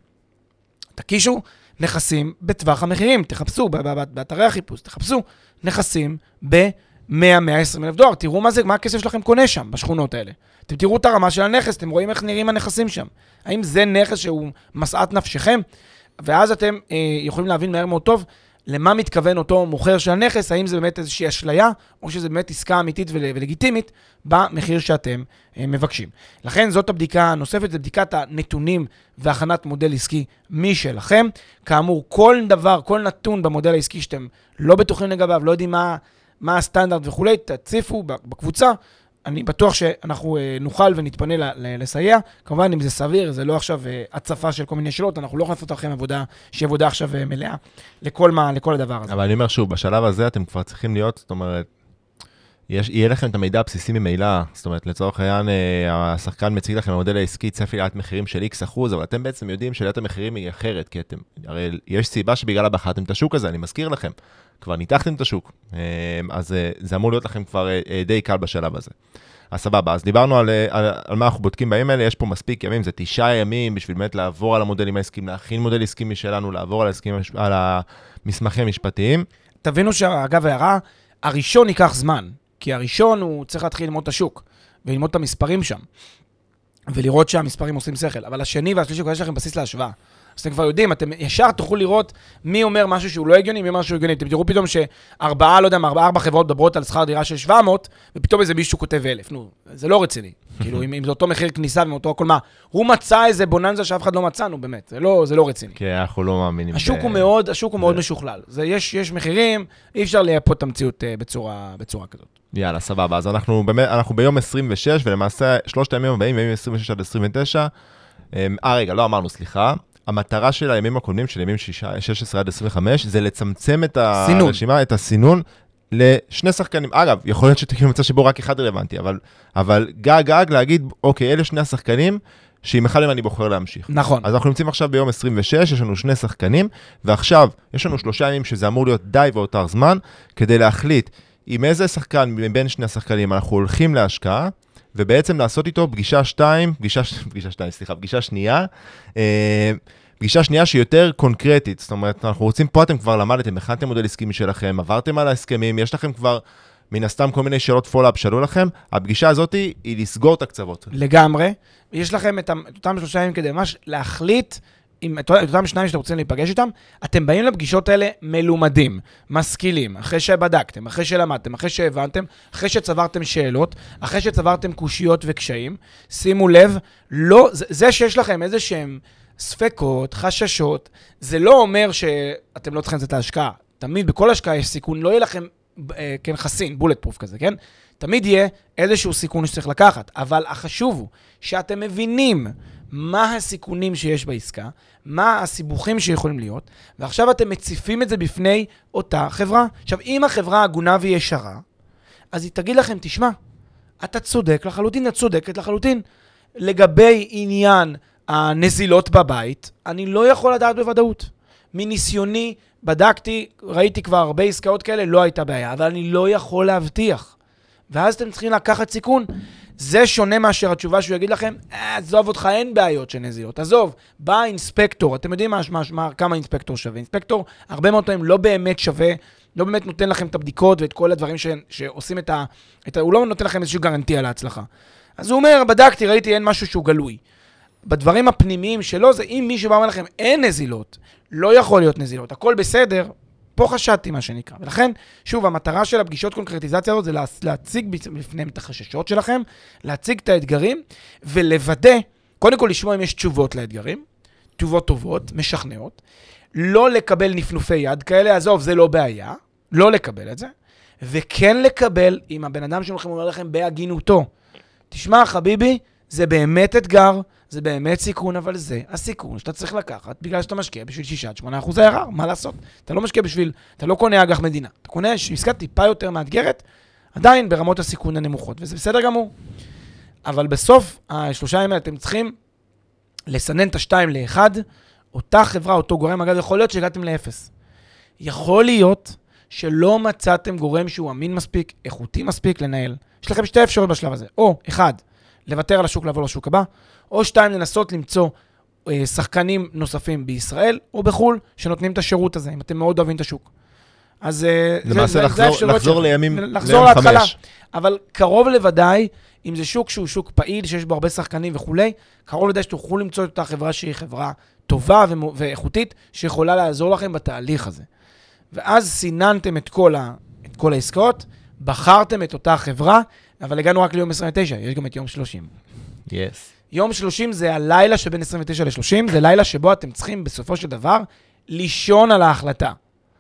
תקישו נכסים בטווח המחירים, תחפשו באתרי החיפוש, תחפשו נכסים ב-מאה עד מאה ועשרים אלף דולר, תראו מה זה, מה הכסף שלכם קונה שם, בשכונות האלה. אתם תראו את הרמה של הנכס, אתם רואים איך נראים הנכסים שם. האם זה נכס שהוא משאת נפשכם? ואז אתם אה, יכולים להבין מהר מאוד טוב למה מתכוון אותו מוכר של הנכס, האם זה באמת איזושהי אשליה, או שזה באמת עסקה אמיתית ול- ולגיטימית במחיר שאתם אה, מבקשים. לכן זאת הבדיקה הנוספת, זה בדיקת הנתונים והכנת מודל עסקי משלכם. כאמור, כל דבר, כל נתון במודל העסקי שאתם לא בטוחים לגביו, לא יודעים מה, מה הסטנדרט וכולי, תציפו בקבוצה. אני בטוח שאנחנו נוכל ונתפנה לסייע. כמובן, אם זה סביר, זה לא עכשיו הצפה של כל מיני שאלות, אנחנו לא יכולים לעשות לכם עבודה, שהיא עבודה עכשיו מלאה לכל, מה, לכל הדבר הזה. אבל אני אומר שוב, בשלב הזה אתם כבר צריכים להיות, זאת אומרת, יש, יהיה לכם את המידע הבסיסי ממילא, זאת אומרת, לצורך העניין, השחקן מציג לכם המודל העסקי, צפי לעלת מחירים של X אחוז, אבל אתם בעצם יודעים שעלת המחירים היא אחרת, כי אתם, הרי יש סיבה שבגללה בחרתם את השוק הזה, אני מזכיר לכם, כבר ניתחתם את השוק, אז זה אמור להיות לכם כבר די קל בשלב הזה. אז סבבה, אז דיברנו על, על, על מה אנחנו בודקים בימים האלה, יש פה מספיק ימים, זה תשעה ימים בשביל באמת לעבור על המודלים העסקיים, להכין מודל עסקי משלנו, לעבור על, העסקים, על המסמכים המשפטיים. תבינו שאגב הערה, הראשון ייקח זמן, כי הראשון הוא צריך להתחיל ללמוד את השוק, וללמוד את המספרים שם, ולראות שהמספרים עושים שכל, אבל השני והשלישי יש לכם בסיס להשוואה. אז אתם כבר יודעים, אתם ישר תוכלו לראות מי אומר משהו שהוא לא הגיוני, מי אומר משהו הגיוני. אתם תראו פתאום שארבעה, לא יודע, ארבעה, ארבע חברות מדברות על שכר דירה של שבע מאות, ופתאום איזה מישהו כותב אלף. נו, זה לא רציני. כאילו, אם, אם זה אותו מחיר כניסה ומאותו הכל מה, הוא מצא איזה בוננזה שאף אחד לא מצאנו, באמת. זה לא, זה לא רציני. כי אנחנו לא מאמינים. השוק הוא מאוד, השוק הוא מאוד משוכלל. זה, יש, יש מחירים, אי אפשר לייפות את המציאות בצורה, בצורה כזאת. יאללה, סבבה. אז אנחנו, באמת, אנחנו ביום עשרים ושש, ולמעשה שלושת הימים הבאים, בימים עשרים ושש עד עשרים ותשע. אה, רגע, לא אמרנו, סליחה. המטרה של הימים הקודמים, של ימים שש עשרה עד עשרים וחמש, זה לצמצם את הרשימה, את הסינון, לשני שחקנים. אגב, יכול להיות שתגיעו למצב שבו רק אחד רלוונטי, אבל, אבל גג גג להגיד, אוקיי, אלה שני השחקנים, שעם אחד מהם אני בוחר להמשיך. נכון. אז אנחנו נמצאים עכשיו ביום עשרים ושש, יש לנו שני שחקנים, ועכשיו יש לנו שלושה ימים שזה אמור להיות די ואותר זמן, כדי להחליט עם איזה שחקן מבין שני השחקנים אנחנו הולכים להשקעה, ובעצם לעשות איתו פגישה שתיים, פגישה, פגישה שתיים, סליחה, פגישה שנייה, פגישה שנייה שהיא יותר קונקרטית, זאת אומרת, אנחנו רוצים, פה אתם כבר למדתם, הכנתם מודל עסקי משלכם, עברתם על ההסכמים, יש לכם כבר מן הסתם כל מיני שאלות פולאפ שאלו לכם, הפגישה הזאת היא לסגור את הקצוות. לגמרי, יש לכם את אותם שלושה ימים כדי ממש להחליט, עם את אותם שניים שאתם רוצים להיפגש איתם, אתם באים לפגישות האלה מלומדים, משכילים, אחרי שבדקתם, אחרי שלמדתם, אחרי שהבנתם, אחרי שצברתם שאלות, אחרי שצברתם קושיות וקשיים, שימו לב, לא, זה, זה שיש לכם איזה שהם ספקות, חששות, זה לא אומר שאתם לא צריכים לצאת להשקעה. תמיד בכל השקעה יש סיכון, לא יהיה לכם, אה, כן, חסין, בולט פרוף כזה, כן? תמיד יהיה איזשהו סיכון שצריך לקחת, אבל החשוב הוא שאתם מבינים מה הסיכונים שיש בעסקה, מה הסיבוכים שיכולים להיות, ועכשיו אתם מציפים את זה בפני אותה חברה. עכשיו, אם החברה הגונה וישרה, אז היא תגיד לכם, תשמע, אתה צודק לחלוטין, את צודקת לחלוטין. לגבי עניין הנזילות בבית, אני לא יכול לדעת בוודאות. מניסיוני, בדקתי, ראיתי כבר הרבה עסקאות כאלה, לא הייתה בעיה, אבל אני לא יכול להבטיח. ואז אתם צריכים לקחת סיכון. זה שונה מאשר התשובה שהוא יגיד לכם, אה, עזוב אותך, אין בעיות של נזילות. עזוב, בא אינספקטור, אתם יודעים מה, מה, מה, כמה אינספקטור שווה. אינספקטור, הרבה מאוד פעמים לא באמת שווה, לא באמת נותן לכם את הבדיקות ואת כל הדברים ש, שעושים את ה, את ה... הוא לא נותן לכם איזשהו גרנטי על ההצלחה. אז הוא אומר, בדקתי, ראיתי, אין משהו שהוא גלוי. בדברים הפנימיים שלו, זה אם מישהו בא אומר לכם, אין נזילות, לא יכול להיות נזילות, הכל בסדר, פה חשדתי מה שנקרא. ולכן, שוב, המטרה של הפגישות קונקרטיזציה הזאת זה להציג בפניהם את החששות שלכם, להציג את האתגרים, ולוודא, קודם כל לשמוע אם יש תשובות לאתגרים, תשובות טובות, משכנעות, לא לקבל נפנופי יד כאלה, עזוב, זה לא בעיה, לא לקבל את זה, וכן לקבל, אם הבן אדם שלכם אומר לכם בהגינותו, תשמע, חביבי, זה באמת אתגר, זה באמת סיכון, אבל זה הסיכון שאתה צריך לקחת, בגלל שאתה משקיע בשביל שישה עד שמונה אחוז הערר, מה לעשות? אתה לא משקיע בשביל, אתה לא קונה אג"ח מדינה, אתה קונה עסקה טיפה יותר מאתגרת, עדיין ברמות הסיכון הנמוכות, וזה בסדר גמור. אבל בסוף, השלושה ימים אתם צריכים לסנן את השתיים לאחד, אותה חברה, אותו גורם, אגב, יכול להיות שהגעתם לאפס. יכול להיות שלא מצאתם גורם שהוא אמין מספיק, איכותי מספיק לנהל. יש לכם שתי אפשרויות בשלב הזה. או, אחד, לוותר על השוק, לעבור לשוק הבא, או שתיים, לנסות למצוא אה, שחקנים נוספים בישראל, או בחול, שנותנים את השירות הזה, אם אתם מאוד אוהבים את השוק. אז למעשה זה, לחזור, זה לחזור לימים, לחזור לימים להתחלה. חמש. אבל קרוב לוודאי, אם זה שוק שהוא שוק פעיל, שיש בו הרבה שחקנים וכולי, קרוב לוודאי שתוכלו למצוא את אותה חברה שהיא חברה טובה ואיכותית, שיכולה לעזור לכם בתהליך הזה. ואז סיננתם את כל, ה, את כל העסקאות, בחרתם את אותה חברה, אבל הגענו רק ליום עשרים ותשע, יש גם את יום שלושים. Yes. יום שלושים זה הלילה שבין עשרים ותשע ל-שלושים, זה לילה שבו אתם צריכים בסופו של דבר לישון על ההחלטה.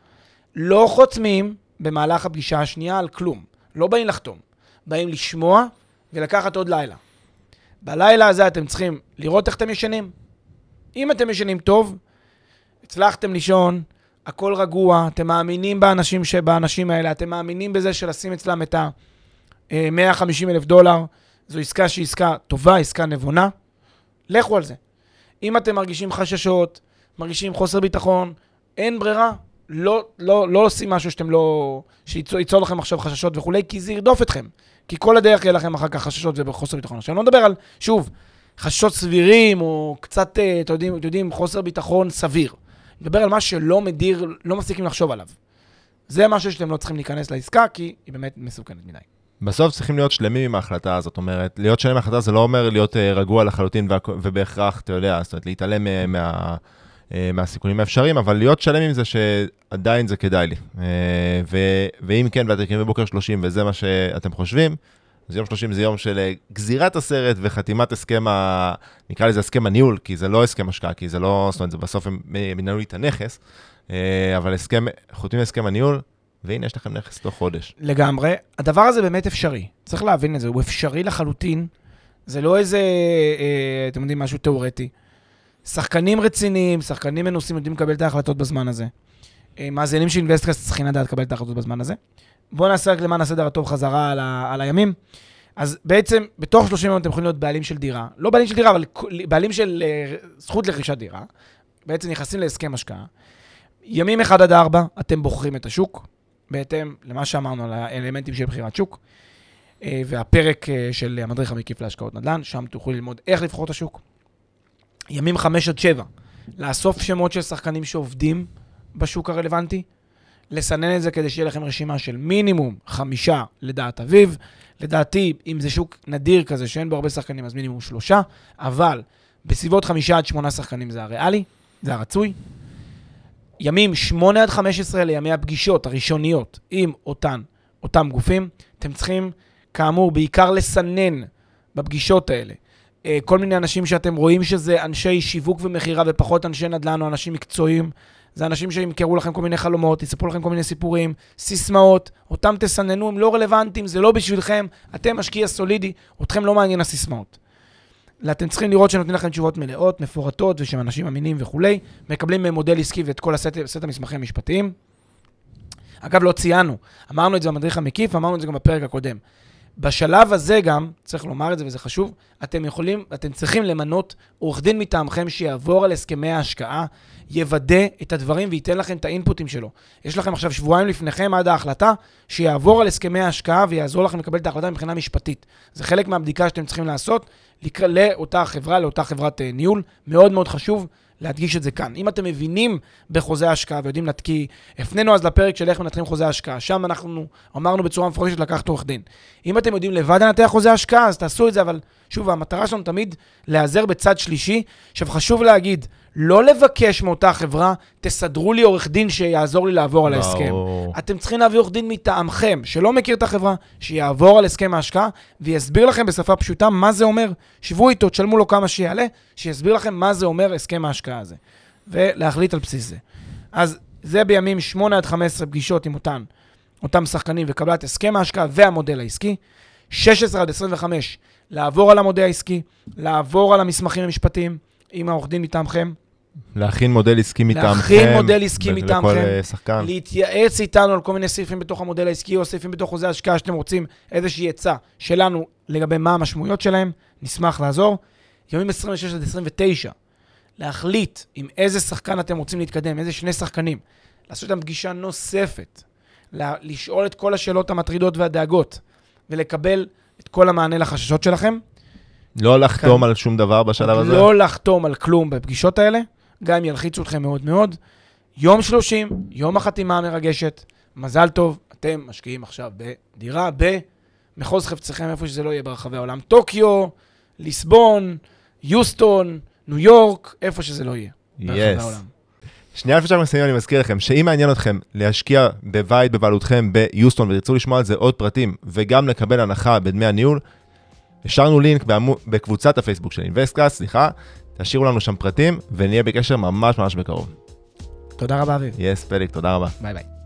לא חותמים במהלך הפגישה השנייה על כלום. לא באים לחתום. באים לשמוע ולקחת עוד לילה. בלילה הזה אתם צריכים לראות איך אתם ישנים. אם אתם ישנים טוב, הצלחתם לישון, הכל רגוע, אתם מאמינים באנשים, באנשים האלה, אתם מאמינים בזה שלשים אצלם את ה-מאה וחמישים אלף דולר, זו עסקה שהיא עסקה טובה, עסקה נבונה, לכו על זה. אם אתם מרגישים חששות, מרגישים חוסר ביטחון, אין ברירה, לא, לא, לא עושים משהו שאתם לא, שייצור לכם עכשיו חששות וכולי, כי זה ירדוף אתכם. כי כל הדרך יהיה לכם אחר כך חששות ובחוסר ביטחון. עכשיו, אני לא מדבר על, שוב, חששות סבירים, או קצת, אתם יודעים, אתם יודעים, חוסר ביטחון סביר. אני מדבר על מה שלא מדיר, לא מפסיקים לחשוב עליו. זה משהו שאתם לא צריכים להיכנס לעסקה, כי היא באמת מסוכנת מדי. בסוף צריכים להיות שלמים עם ההחלטה הזאת, זאת אומרת, להיות שלם עם ההחלטה זה לא אומר להיות רגוע לחלוטין ובהכרח, אתה יודע, זאת אומרת, להתעלם מה, מהסיכונים האפשריים, אבל להיות שלם עם זה שעדיין זה כדאי לי. ו, ואם כן, ואתם קוראים בבוקר שלושים, וזה מה שאתם חושבים, אז יום שלושים זה יום של גזירת הסרט וחתימת הסכם, ה, נקרא לזה הסכם הניהול, כי זה לא הסכם השקעה, כי זה לא, זאת אומרת, זה בסוף הם מנהלו לי את הנכס, אבל הסכם, חותמים הסכם הניהול, והנה יש לכם נכס תוך חודש. לגמרי. הדבר הזה באמת אפשרי. צריך להבין את זה. הוא אפשרי לחלוטין. זה לא איזה, אה, אתם יודעים, משהו תיאורטי. שחקנים רציניים, שחקנים מנוסים, יודעים לקבל את ההחלטות בזמן הזה. אה, מאזינים של אינבסטקאסט צריכים לדעת לקבל את ההחלטות בזמן הזה. בואו נעשה רק למען הסדר הטוב חזרה על, ה, על הימים. אז בעצם, בתוך שלושים יום אתם יכולים להיות בעלים של דירה. לא בעלים של דירה, אבל בעלים של אה, זכות לרכישת דירה. בעצם נכנסים להסכם השקעה. ימים אחד עד ארבע, אתם בוחרים את השוק. בהתאם למה שאמרנו על האלמנטים של בחירת שוק, והפרק של המדריך המקיף להשקעות נדל"ן, שם תוכלו ללמוד איך לבחור את השוק. ימים חמש עד שבע, לאסוף שמות של שחקנים שעובדים בשוק הרלוונטי, לסנן את זה כדי שיהיה לכם רשימה של מינימום חמישה לדעת אביב, לדעתי, אם זה שוק נדיר כזה שאין בו הרבה שחקנים, אז מינימום שלושה, אבל בסביבות חמישה עד שמונה שחקנים זה הריאלי, זה הרצוי. ימים שמונה עד חמש עשרה לימי הפגישות הראשוניות עם אותן, אותם גופים, אתם צריכים, כאמור, בעיקר לסנן בפגישות האלה. כל מיני אנשים שאתם רואים שזה אנשי שיווק ומחירה ופחות אנשי נדל"ן או אנשים מקצועיים, זה אנשים שימכרו לכם כל מיני חלומות, יספרו לכם כל מיני סיפורים, סיסמאות, אותם תסננו, הם לא רלוונטיים, זה לא בשבילכם, אתם משקיע סולידי, אתכם לא מעניין הסיסמאות. אתם צריכים לראות שנותנים לכם תשובות מלאות, מפורטות, ושהם אנשים אמינים וכולי, מקבלים ממודל עסקי ואת כל הסט, סט המסמכים המשפטיים. אגב, לא ציינו, אמרנו את זה במדריך המקיף, אמרנו את זה גם בפרק הקודם. בשלב הזה גם, צריך לומר את זה וזה חשוב, אתם יכולים, אתם צריכים למנות עורך דין מטעמכם שיעבור על הסכמי ההשקעה, יוודא את הדברים וייתן לכם את האינפוטים שלו. יש לכם עכשיו שבועיים לפניכם עד ההחלטה, שיעבור על הסכמי ההשקעה ויעזור לכם לקבל את ההחלטה מבחינה משפטית. זה חלק מהבדיקה שאתם צריכים לעשות, לקרוא לאותה חברה, לאותה חברת ניהול, מאוד מאוד חשוב להדגיש את זה כאן. אם אתם מבינים בחוזה ההשקעה ויודעים להתקי, הפנינו אז לפרק של איך מנתחים חוזה ההשקעה, שם אנחנו אמרנו בצורה מפורשת לקחת עורך דין. אם אתם יודעים לבד לנתח חוזה ההשקעה, אז תעשו את זה, אבל שוב, המטרה שלנו תמיד להיעזר בצד שלישי. עכשיו חשוב להגיד, לא לבקש מאותה חברה, תסדרו לי עורך דין שיעזור לי לעבור על ההסכם. אתם צריכים להביא עורך דין מטעמכם, שלא מכיר את החברה, שיעבור על הסכם ההשקעה, ויסביר לכם בשפה פשוטה מה זה אומר. שבו איתו, תשלמו לו כמה שיעלה, שיסביר לכם מה זה אומר הסכם ההשקעה הזה. ולהחליט על בסיס זה. אז זה בימים שמונה עד חמש עשרה פגישות עם אותן, אותם שחקנים וקבלת הסכם ההשקעה והמודל העסקי. שש עשרה עד עשרים וחמש, לעבור על המודל העסקי, לעבור על המסמכים המשפטיים עם העורך דין מטעמכם. להכין מודל עסקי מטעמכם. להכין מודל עסקי מטעמכם. שחקן. להתייעץ איתנו על כל מיני סעיפים בתוך המודל העסקי, או סעיפים בתוך חוזה ההשקעה שאתם רוצים איזושהי עצה שלנו לגבי מה המשמעויות שלהם. נשמח לעזור. ימים עשרים ושש עד עשרים ותשע, להחליט עם איזה שחקן אתם רוצים להתקדם, איזה שני שחקנים. לעשות להם פגישה נוספת. לשאול את כל השאלות המטרידות והדאגות, ולקבל את כל המענה לחששות שלכם. לא לחתום על שום דבר בשלב הזה? לא לחתום על כלום בפגישות האלה, גם אם ילחיצו אתכם מאוד מאוד. יום שלושים, יום החתימה המרגשת, מזל טוב, אתם משקיעים עכשיו בדירה, במחוז חפציכם, איפה שזה לא יהיה ברחבי העולם. טוקיו, ליסבון, יוסטון, ניו יורק, איפה שזה לא יהיה ברחבי העולם. שנייה לפני שאנחנו מסיימים, אני מזכיר לכם שאם מעניין אתכם להשקיע בבית בבעלותכם ביוסטון ותרצו לשמוע על זה עוד פרטים וגם לקבל הנחה בדמי הניהול, השארנו לינק בקבוצת הפייסבוק של אינבסטקאסט, סליחה, תשאירו לנו שם פרטים ונהיה בקשר ממש ממש בקרוב. תודה רבה אביב. יס, פליק, תודה רבה. ביי ביי.